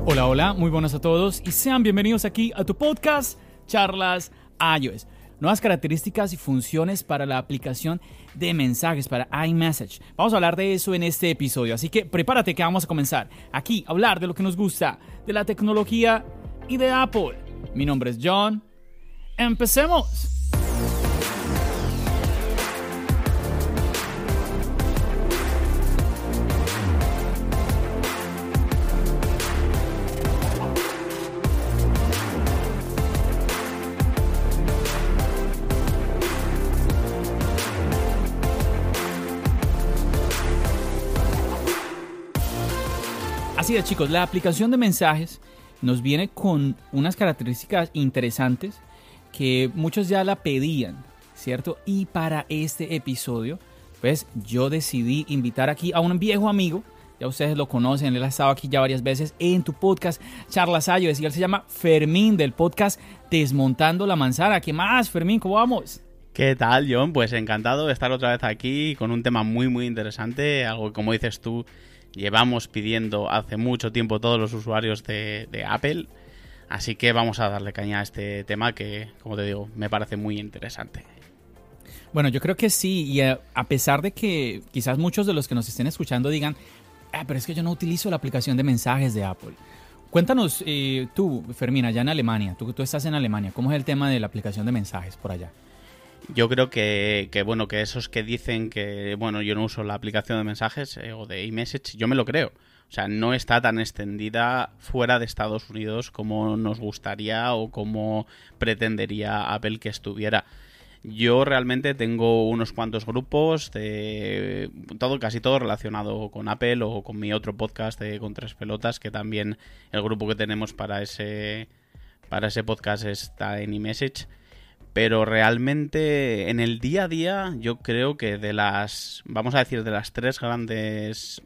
Hola, hola, muy buenas a todos y sean bienvenidos aquí a tu podcast Charlas iOS. Nuevas características y funciones para la aplicación de mensajes para iMessage. Vamos a hablar de eso en este episodio, así que prepárate que vamos a comenzar aquí a hablar de lo que nos gusta, de la tecnología y de Apple. Mi nombre es John. ¡Empecemos! Así es, chicos, la aplicación de mensajes nos viene con unas características interesantes que muchos ya la pedían, ¿cierto? Y para este episodio, pues yo decidí invitar aquí a un viejo amigo. Ya ustedes lo conocen, él ha estado aquí ya varias veces en tu podcast Charlas iOS y él se llama Fermín del podcast Desmontando la Manzana. ¿Qué más, Fermín? ¿Cómo vamos? ¿Qué tal, John? Pues encantado de estar otra vez aquí con un tema muy interesante, algo que, como dices tú, llevamos pidiendo hace mucho tiempo todos los usuarios de Apple, así que vamos a darle caña a este tema que, como te digo, me parece muy interesante. Bueno, yo creo que sí, y a pesar de que quizás muchos de los que nos estén escuchando digan, pero es que yo no utilizo la aplicación de mensajes de Apple. Cuéntanos tú, Fermín, allá en Alemania, tú estás en Alemania, ¿cómo es el tema de la aplicación de mensajes por allá? Yo creo que esos que dicen que, yo no uso la aplicación de mensajes o de iMessage, yo me lo creo. O sea, no está tan extendida fuera de Estados Unidos como nos gustaría o como pretendería Apple que estuviera. Yo realmente tengo unos cuantos grupos de casi todo relacionado con Apple o con mi otro podcast de Con Tres Pelotas, que también el grupo que tenemos para ese podcast está en iMessage. Pero realmente en el día a día yo creo que de las tres grandes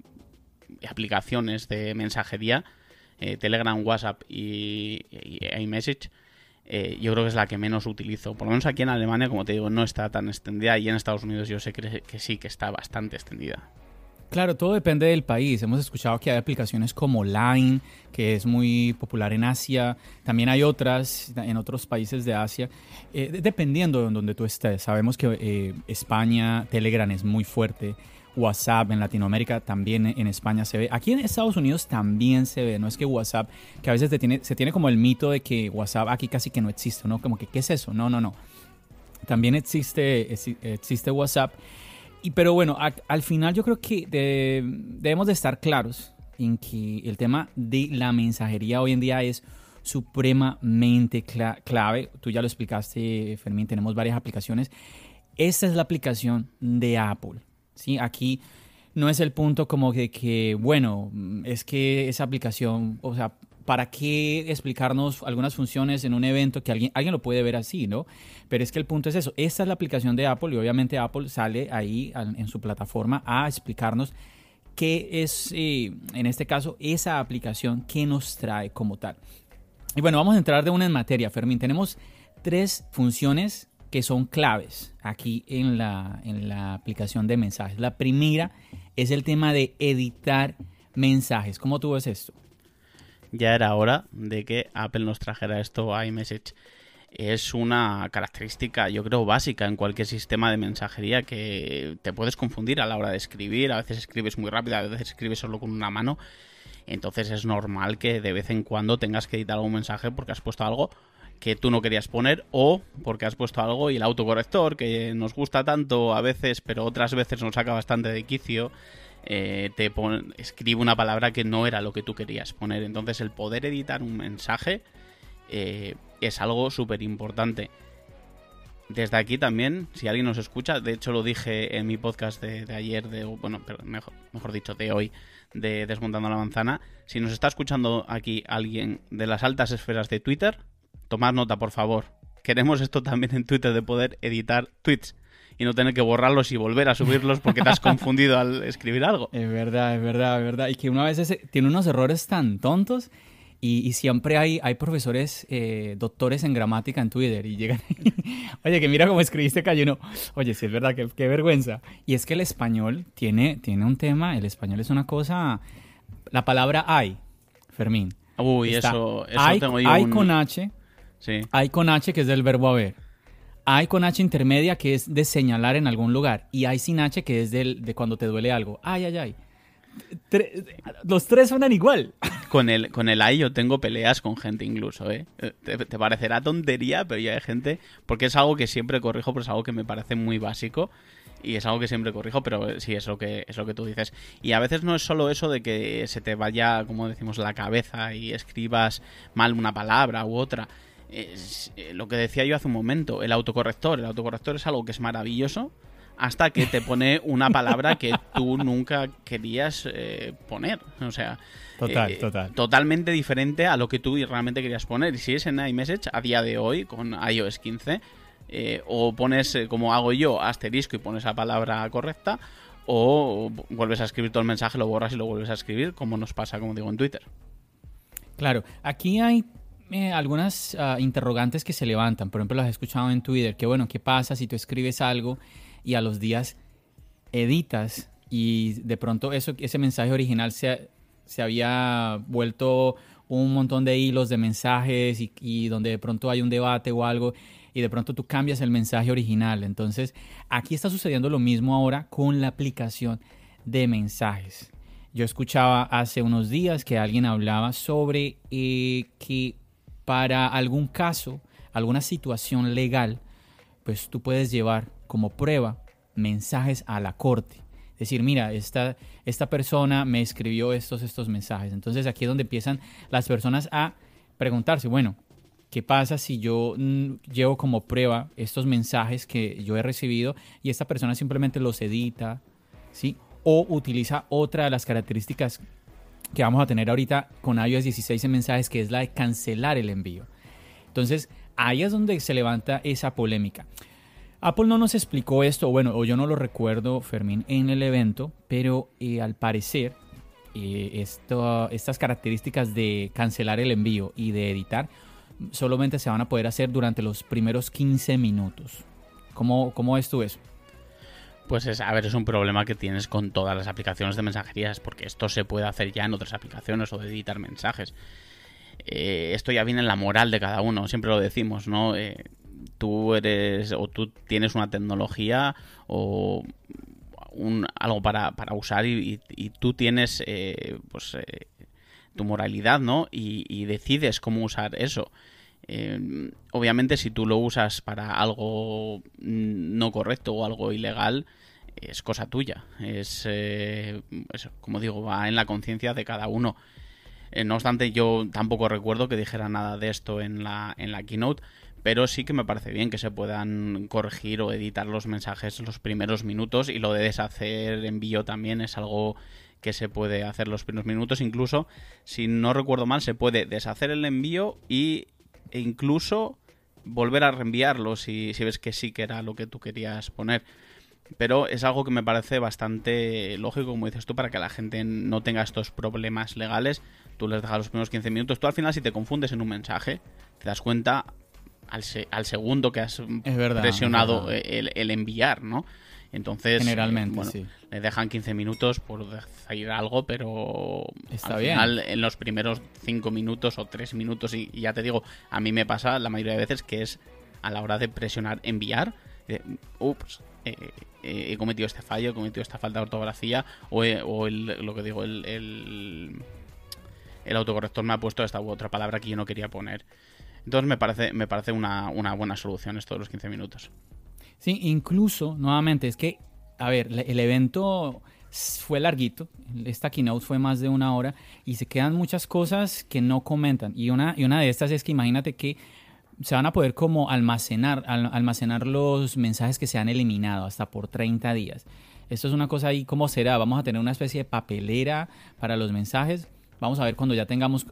aplicaciones de mensajería, Telegram, WhatsApp y iMessage, yo creo que es la que menos utilizo. Por lo menos aquí en Alemania, como te digo, no está tan extendida, y en Estados Unidos yo sé que sí, que está bastante extendida. Claro, todo depende del país. Hemos escuchado que hay aplicaciones como Line, que es muy popular en Asia. También hay otras en otros países de Asia, dependiendo de donde tú estés. Sabemos que España, Telegram es muy fuerte. WhatsApp en Latinoamérica también en España se ve. Aquí en Estados Unidos también se ve. No es que WhatsApp, que a veces se tiene como el mito de que WhatsApp aquí casi que no existe, ¿no? Como que, ¿qué es eso? No. También existe WhatsApp. Pero bueno, al final yo creo que debemos de estar claros en que el tema de la mensajería hoy en día es supremamente clave. Tú ya lo explicaste, Fermín, tenemos varias aplicaciones. Esta es la aplicación de Apple, ¿sí? Aquí no es el punto como de que, bueno, es que esa aplicación, o sea, ¿para qué explicarnos algunas funciones en un evento que alguien lo puede ver así, ¿no? Pero es que el punto es eso. Esta es la aplicación de Apple y obviamente Apple sale ahí en su plataforma a explicarnos qué es, en este caso, esa aplicación que nos trae como tal. Y bueno, vamos a entrar de una en materia, Fermín. Tenemos 3 funciones que son claves aquí en la aplicación de mensajes. La primera es el tema de editar mensajes. ¿Cómo tú ves esto? Ya era hora de que Apple nos trajera esto a iMessage. Es una característica, yo creo, básica en cualquier sistema de mensajería, que te puedes confundir a la hora de escribir. A veces escribes muy rápido, a veces escribes solo con una mano. Entonces es normal que de vez en cuando tengas que editar algún mensaje porque has puesto algo que tú no querías poner, o porque has puesto algo y el autocorrector, que nos gusta tanto a veces, pero otras veces nos saca bastante de quicio, escribe una palabra que no era lo que tú querías poner. Entonces el poder editar un mensaje es algo súper importante. Desde aquí también, si alguien nos escucha, de hecho lo dije en mi podcast de ayer, mejor dicho, de hoy, de Desmontando la Manzana, si nos está escuchando aquí alguien de las altas esferas de Twitter, tomad nota, por favor. Queremos esto también en Twitter, de poder editar tweets y no tener que borrarlos y volver a subirlos porque te has confundido al escribir algo. Es verdad. Y que una vez tiene unos errores tan tontos y siempre hay profesores, doctores en gramática en Twitter y llegan oye, que mira cómo escribiste acá, y uno, oye, sí es verdad, qué vergüenza. Y es que el español tiene un tema, el español es una cosa, la palabra hay, Fermín. Uy, Está eso hay, tengo yo hay con H, Sí. hay con H que es del verbo haber. Hay con H intermedia que es de señalar en algún lugar. Y hay sin H que es de cuando te duele algo. Ay, ay, ay. Los tres suenan igual. Con el ay yo tengo peleas con gente incluso, ¿eh? Te parecerá tontería, pero ya hay gente... Porque es algo que siempre corrijo, pero es algo que me parece muy básico. Y es algo que siempre corrijo, pero sí, es lo que tú dices. Y a veces no es solo eso de que se te vaya, como decimos, la cabeza y escribas mal una palabra u otra. Es, lo que decía yo hace un momento, el autocorrector. El autocorrector es algo que es maravilloso hasta que te pone una palabra que tú nunca querías poner. O sea, Total. totalmente diferente a lo que tú realmente querías poner. Y si es en iMessage, a día de hoy, con iOS 15, o pones, como hago yo, asterisco y pones la palabra correcta, o vuelves a escribir todo el mensaje, lo borras y lo vuelves a escribir, como nos pasa, como digo, en Twitter. Claro, aquí hay algunas interrogantes que se levantan. Por ejemplo, las he escuchado en Twitter. Que bueno, ¿qué pasa si tú escribes algo y a los días editas y de pronto ese mensaje original se había vuelto un montón de hilos de mensajes y donde de pronto hay un debate o algo y de pronto tú cambias el mensaje original? Entonces, aquí está sucediendo lo mismo ahora con la aplicación de mensajes. Yo escuchaba hace unos días que alguien hablaba sobre que para algún caso, alguna situación legal, pues tú puedes llevar como prueba mensajes a la corte. Es decir, mira, esta persona me escribió estos mensajes. Entonces aquí es donde empiezan las personas a preguntarse, bueno, ¿qué pasa si yo llevo como prueba estos mensajes que yo he recibido y esta persona simplemente los edita, ¿sí? O utiliza otra de las características que vamos a tener ahorita con iOS 16 en mensajes, que es la de cancelar el envío. Entonces, ahí es donde se levanta esa polémica. Apple no nos explicó esto, o yo no lo recuerdo, Fermín, en el evento, pero al parecer estas características de cancelar el envío y de editar solamente se van a poder hacer durante los primeros 15 minutos. ¿Cómo ves tú eso? Pues es un problema que tienes con todas las aplicaciones de mensajerías, porque esto se puede hacer ya en otras aplicaciones o de editar mensajes. Esto ya viene en la moral de cada uno, siempre lo decimos, ¿no? Tú tienes una tecnología o algo para usar y tú tienes tu moralidad, ¿no? Y decides cómo usar eso. Obviamente, si tú lo usas para algo no correcto o algo ilegal, es cosa tuya. Como digo, va en la conciencia de cada uno. No obstante, yo tampoco recuerdo que dijera nada de esto en la keynote, pero sí que me parece bien que se puedan corregir o editar los mensajes los primeros minutos, y lo de deshacer envío también es algo que se puede hacer los primeros minutos. Incluso, si no recuerdo mal, se puede deshacer el envío e incluso volver a reenviarlo si ves que sí que era lo que tú querías poner. Pero es algo que me parece bastante lógico, como dices tú, para que la gente no tenga estos problemas legales. Tú les dejas los primeros 15 minutos. Tú al final, si te confundes en un mensaje, te das cuenta al segundo que has presionado el enviar, ¿no? Entonces, generalmente, sí. Le dejan 15 minutos por decir algo, pero está al bien. final, en los primeros 5 minutos o 3 minutos, y ya te digo, a mí me pasa la mayoría de veces que es a la hora de presionar enviar, ups, he cometido este fallo, he cometido esta falta de ortografía, lo que digo, el autocorrector me ha puesto esta u otra palabra que yo no quería poner. Entonces me parece una buena solución esto de los 15 minutos. Sí, incluso, nuevamente, es que, a ver, el evento fue larguito, esta keynote fue más de 1 hora y se quedan muchas cosas que no comentan. Y una de estas es que imagínate que se van a poder como almacenar los mensajes que se han eliminado hasta por 30 días. Esto es una cosa ahí, ¿cómo será? Vamos a tener una especie de papelera para los mensajes. Vamos a ver cuando ya tengamos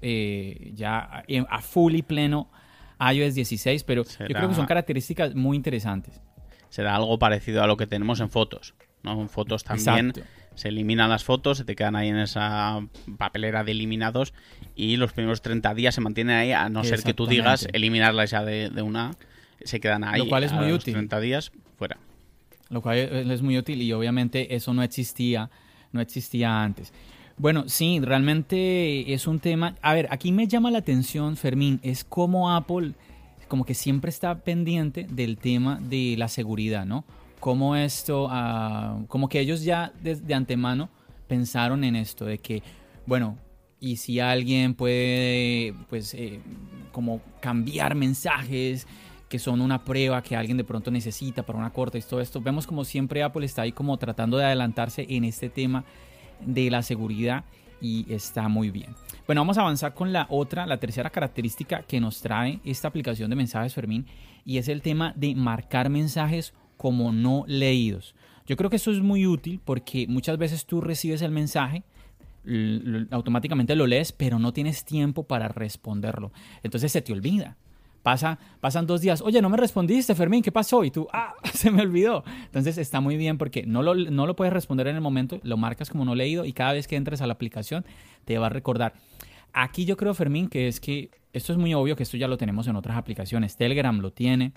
ya a full y pleno iOS 16, pero yo creo que son características muy interesantes. Será algo parecido a lo que tenemos en fotos, ¿no? En fotos también. Exacto. Se eliminan las fotos, se te quedan ahí en esa papelera de eliminados y los primeros 30 días se mantienen ahí, a no ser que tú digas eliminarlas ya de una, se quedan ahí. Lo cual es muy útil. 30 días fuera. Lo cual es muy útil y obviamente eso no existía antes. Bueno, sí, realmente es un tema. A ver, aquí me llama la atención, Fermín, es cómo Apple como que siempre está pendiente del tema de la seguridad, ¿no? Como esto, como que ellos ya desde antemano pensaron en esto, de que, bueno, y si alguien puede, pues, como cambiar mensajes que son una prueba que alguien de pronto necesita para una corte y todo esto, vemos como siempre Apple está ahí como tratando de adelantarse en este tema de la seguridad y está muy bien. Bueno, vamos a avanzar con la tercera característica que nos trae esta aplicación de mensajes, Fermín, y es el tema de marcar mensajes como no leídos. Yo creo que eso es muy útil porque muchas veces tú recibes el mensaje, automáticamente lo lees, pero no tienes tiempo para responderlo. Entonces se te olvida. Pasan 2 días, oye, no me respondiste, Fermín, ¿qué pasó? Y tú, se me olvidó. Entonces está muy bien porque no lo puedes responder en el momento, lo marcas como no leído y cada vez que entres a la aplicación te va a recordar. Aquí yo creo, Fermín, que esto es muy obvio que esto ya lo tenemos en otras aplicaciones. Telegram lo tiene.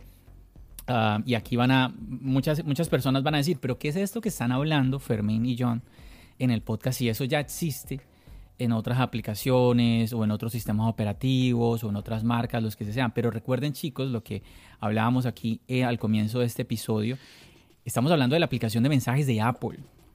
Y aquí muchas personas van a decir, pero ¿qué es esto que están hablando Fermín y John en el podcast? Si eso ya existe en otras aplicaciones o en otros sistemas operativos o en otras marcas, los que sean. Pero recuerden, chicos, lo que hablábamos aquí al comienzo de este episodio. Estamos hablando de la aplicación de mensajes de Apple.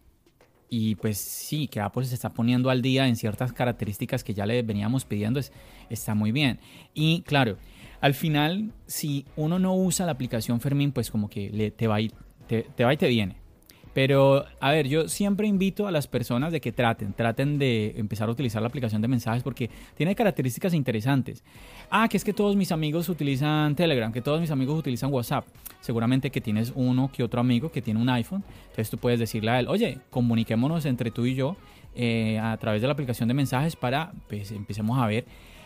Y pues sí, que Apple se está poniendo al día en ciertas características que ya le veníamos pidiendo, está muy bien. Y claro, al final, si uno no usa la aplicación, Fermín, pues como que te va y te viene. Pero, a ver, yo siempre invito a las personas de que traten de empezar a utilizar la aplicación de mensajes porque tiene características interesantes. Que es que todos mis amigos utilizan Telegram, que todos mis amigos utilizan WhatsApp. Seguramente que tienes uno que otro amigo que tiene un iPhone. Entonces tú puedes decirle a él, oye, comuniquémonos entre tú y yo a través de la aplicación de mensajes para, pues, empecemos a ver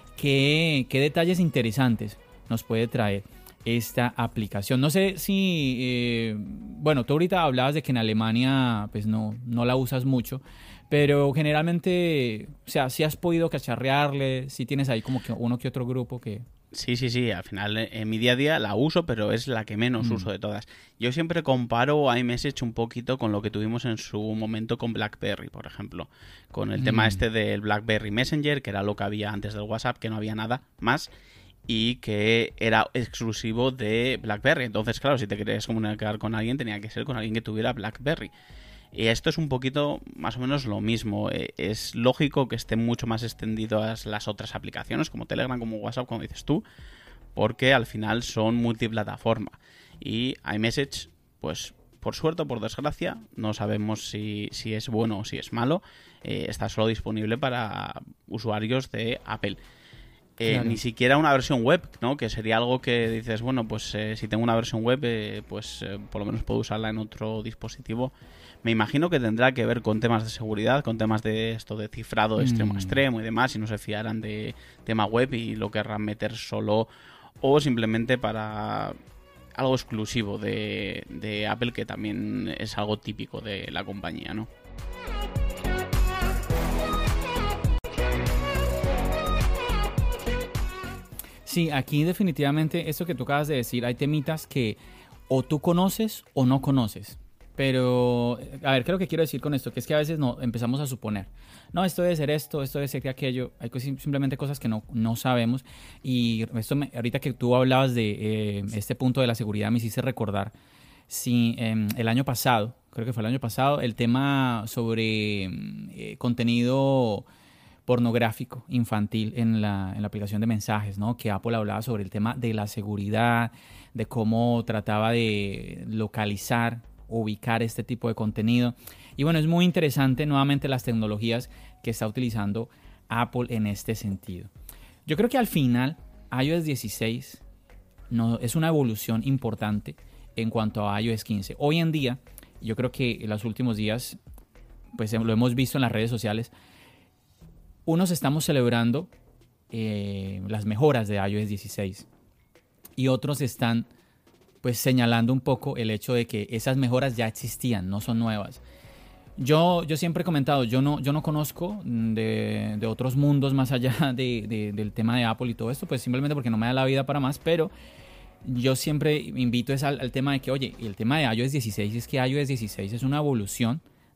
qué detalles interesantes nos puede traer esta aplicación. No sé si, bueno, tú ahorita hablabas de que en Alemania pues no la usas mucho, pero generalmente, o sea, si has podido cacharrearle, si tienes ahí como que uno que otro grupo que... Sí, al final en mi día a día la uso, pero es la que menos uso de todas. Yo siempre comparo iMessage un poquito con lo que tuvimos en su momento con BlackBerry, por ejemplo, con el tema este del BlackBerry Messenger, que era lo que había antes del WhatsApp, que no había nada más, y que era exclusivo de BlackBerry. Entonces, claro, si te querías comunicar con alguien, tenía que ser con alguien que tuviera BlackBerry. Y esto es un poquito más o menos lo mismo. Es lógico que estén mucho más extendidas las otras aplicaciones, como Telegram, como WhatsApp, como dices tú, porque al final son multiplataforma. Y iMessage, pues por suerte o por desgracia, no sabemos si es bueno o si es malo. Está solo disponible para usuarios de Apple. Claro. Ni siquiera una versión web, ¿no? Que sería algo que dices, bueno, pues si tengo una versión web, por lo menos puedo usarla en otro dispositivo. Me imagino que tendrá que ver con temas de seguridad, con temas de esto de cifrado extremo a extremo y demás, si no se fiaran de tema web y lo querrán meter solo o simplemente para algo exclusivo de Apple, que también es algo típico de la compañía, ¿no? Sí, aquí definitivamente esto que tú acabas de decir, hay temitas que o tú conoces o no conoces. Pero, a ver, ¿qué es lo que quiero decir con esto? Que es que a veces empezamos a suponer. No, esto debe ser esto debe ser aquello. Hay simplemente cosas que no sabemos. Y ahorita que tú hablabas de este punto de la seguridad, me hiciste recordar. Sí, el año pasado, creo que fue el año pasado, el tema sobre contenido pornográfico infantil en la aplicación de mensajes, ¿no? Que Apple hablaba sobre el tema de la seguridad, de cómo trataba de localizar, ubicar este tipo de contenido. Y bueno, es muy interesante nuevamente las tecnologías que está utilizando Apple en este sentido. Yo creo que al final iOS 16 es una evolución importante en cuanto a iOS 15. Hoy en día, yo creo que en los últimos días, pues lo hemos visto en las redes sociales, unos estamos celebrando las mejoras de iOS 16 y otros están pues señalando un poco el hecho de que esas mejoras ya existían, no son nuevas. Yo siempre he comentado, yo no conozco de otros mundos más allá del tema de Apple y todo esto, pues simplemente porque no me da la vida para más, pero yo siempre invito al tema de que, oye, el tema de iOS 16 es que iOS 16 es una evolución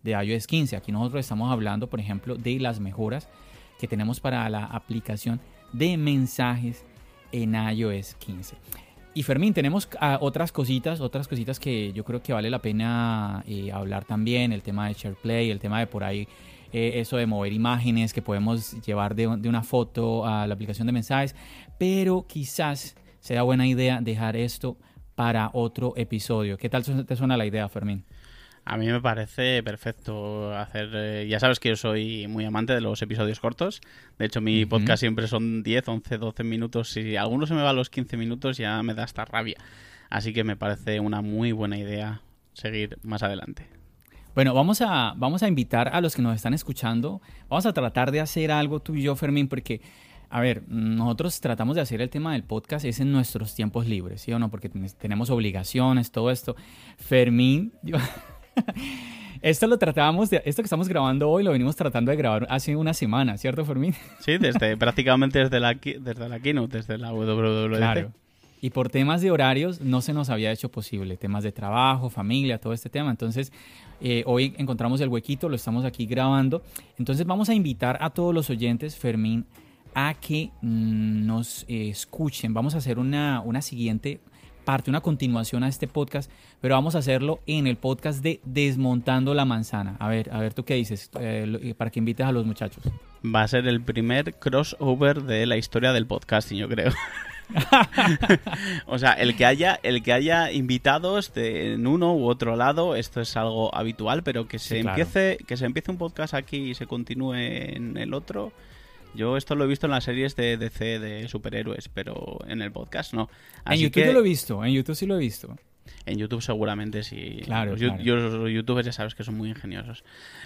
de iOS 15. Aquí nosotros estamos hablando, por ejemplo, de las mejoras que tenemos para la aplicación de mensajes en iOS 15. Y Fermín, tenemos otras cositas que yo creo que vale la pena hablar también. El tema de SharePlay, el tema de por ahí eso de mover imágenes que podemos llevar de una foto a la aplicación de mensajes. Pero quizás sea buena idea dejar esto para otro episodio. ¿Qué tal te suena la idea, Fermín? A mí me parece perfecto hacer... ya sabes que yo soy muy amante de los episodios cortos. De hecho, mi podcast siempre son 10, 11, 12 minutos. Si alguno se me va a los 15 minutos ya me da hasta rabia. Así que me parece una muy buena idea seguir más adelante. Bueno, vamos a invitar a los que nos están escuchando. Vamos a tratar de hacer algo tú y yo, Fermín, porque... A ver, nosotros tratamos de hacer el tema del podcast es en nuestros tiempos libres, ¿sí o no? Porque tenemos obligaciones, todo esto. Fermín... Esto que estamos grabando hoy lo venimos tratando de grabar hace una semana, ¿cierto, Fermín? Sí, prácticamente desde la keynote, desde la WWDC. Claro. Y por temas de horarios no se nos había hecho posible, temas de trabajo, familia, todo este tema. Entonces, hoy encontramos el huequito, lo estamos aquí grabando. Entonces, vamos a invitar a todos los oyentes, Fermín, a que nos escuchen. Vamos a hacer una siguiente parte, una continuación a este podcast, pero vamos a hacerlo en el podcast de Desmontando la Manzana. A ver, ¿tú qué dices? Para que invites a los muchachos. Va a ser el primer crossover de la historia del podcasting, yo creo. O sea, el que haya invitados en uno u otro lado, esto es algo habitual, pero que se empiece un podcast aquí y se continúe en el otro. Yo esto lo he visto en las series de DC de superhéroes, pero en el podcast no. Así en YouTube lo he visto, en YouTube sí lo he visto. En YouTube seguramente sí. Claro, los youtubers ya sabes que son muy ingeniosos.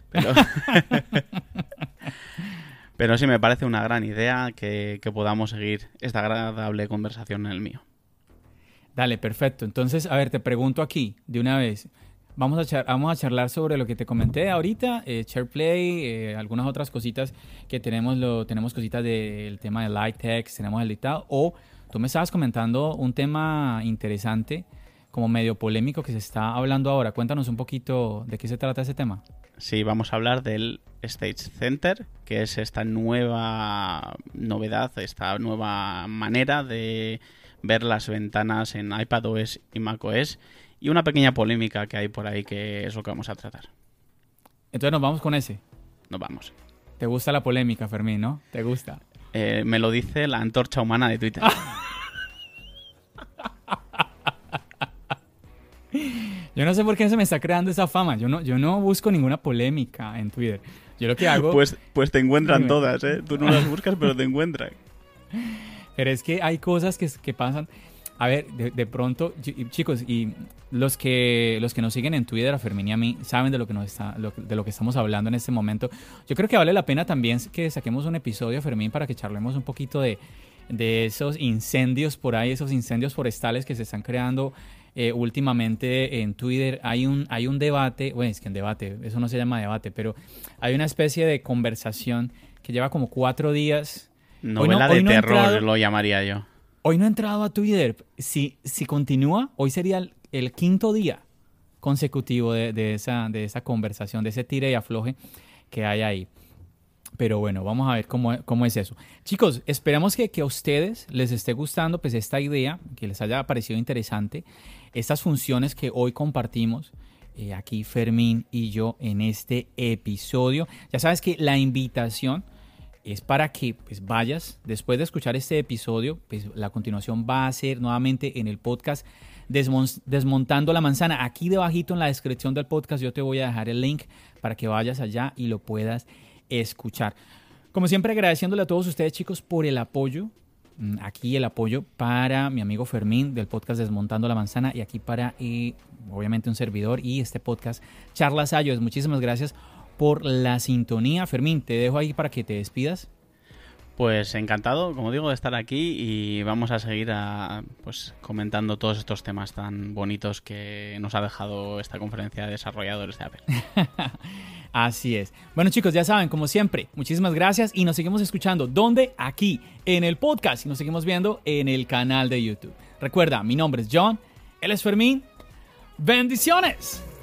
Pero sí me parece una gran idea que podamos seguir esta agradable conversación en el mío. Dale, perfecto. Entonces, a ver, te pregunto aquí de una vez. Vamos a charlar sobre lo que te comenté ahorita, SharePlay, algunas otras cositas que tenemos cositas del tema de light text, tenemos el dictado, o tú me estabas comentando un tema interesante, como medio polémico que se está hablando ahora. Cuéntanos un poquito de qué se trata ese tema. Sí, vamos a hablar del Stage Center, que es esta nueva novedad, esta nueva manera de ver las ventanas en iPadOS y macOS. Y una pequeña polémica que hay por ahí, que es lo que vamos a tratar. Entonces nos vamos con ese. Nos vamos. ¿Te gusta la polémica, Fermín, no? ¿Te gusta? Me lo dice la antorcha humana de Twitter. Yo no sé por qué se me está creando esa fama. Yo no busco ninguna polémica en Twitter. Yo lo que hago... Pues te encuentran todas, ¿eh? Tú no las buscas, pero te encuentran. Pero es que hay cosas que pasan... A ver, de pronto, chicos, y los que nos siguen en Twitter, a Fermín y a mí, saben de lo que estamos hablando en este momento. Yo creo que vale la pena también que saquemos un episodio, Fermín, para que charlemos un poquito de esos incendios por ahí, esos incendios forestales que se están creando últimamente en Twitter. Hay un debate, bueno, es que en debate, eso no se llama debate, pero hay una especie de conversación que lleva como 4 días. Novela de terror, lo llamaría yo. Hoy no he entrado a Twitter. Si continúa, hoy sería el 5º día consecutivo de esa conversación, de ese tire y afloje que hay ahí. Pero bueno, vamos a ver cómo es eso. Chicos, esperamos que a ustedes les esté gustando pues esta idea, que les haya parecido interesante, estas funciones que hoy compartimos aquí Fermín y yo en este episodio. Ya sabes que la invitación es para que pues vayas, después de escuchar este episodio, pues la continuación va a ser nuevamente en el podcast Desmontando la Manzana. Aquí debajito en la descripción del podcast yo te voy a dejar el link para que vayas allá y lo puedas escuchar. Como siempre, agradeciéndole a todos ustedes, chicos, por el apoyo. Aquí el apoyo para mi amigo Fermín del podcast Desmontando la Manzana y aquí para, obviamente, un servidor y este podcast Charlas iOS. Muchísimas gracias por la sintonía. Fermín, te dejo ahí para que te despidas. Pues encantado, como digo, de estar aquí y vamos a seguir pues comentando todos estos temas tan bonitos que nos ha dejado esta conferencia de desarrolladores de Apple. Así es. Bueno, chicos, ya saben, como siempre, muchísimas gracias y nos seguimos escuchando. ¿Dónde? Aquí, en el podcast, y nos seguimos viendo en el canal de YouTube. Recuerda, mi nombre es John, él es Fermín. ¡Bendiciones!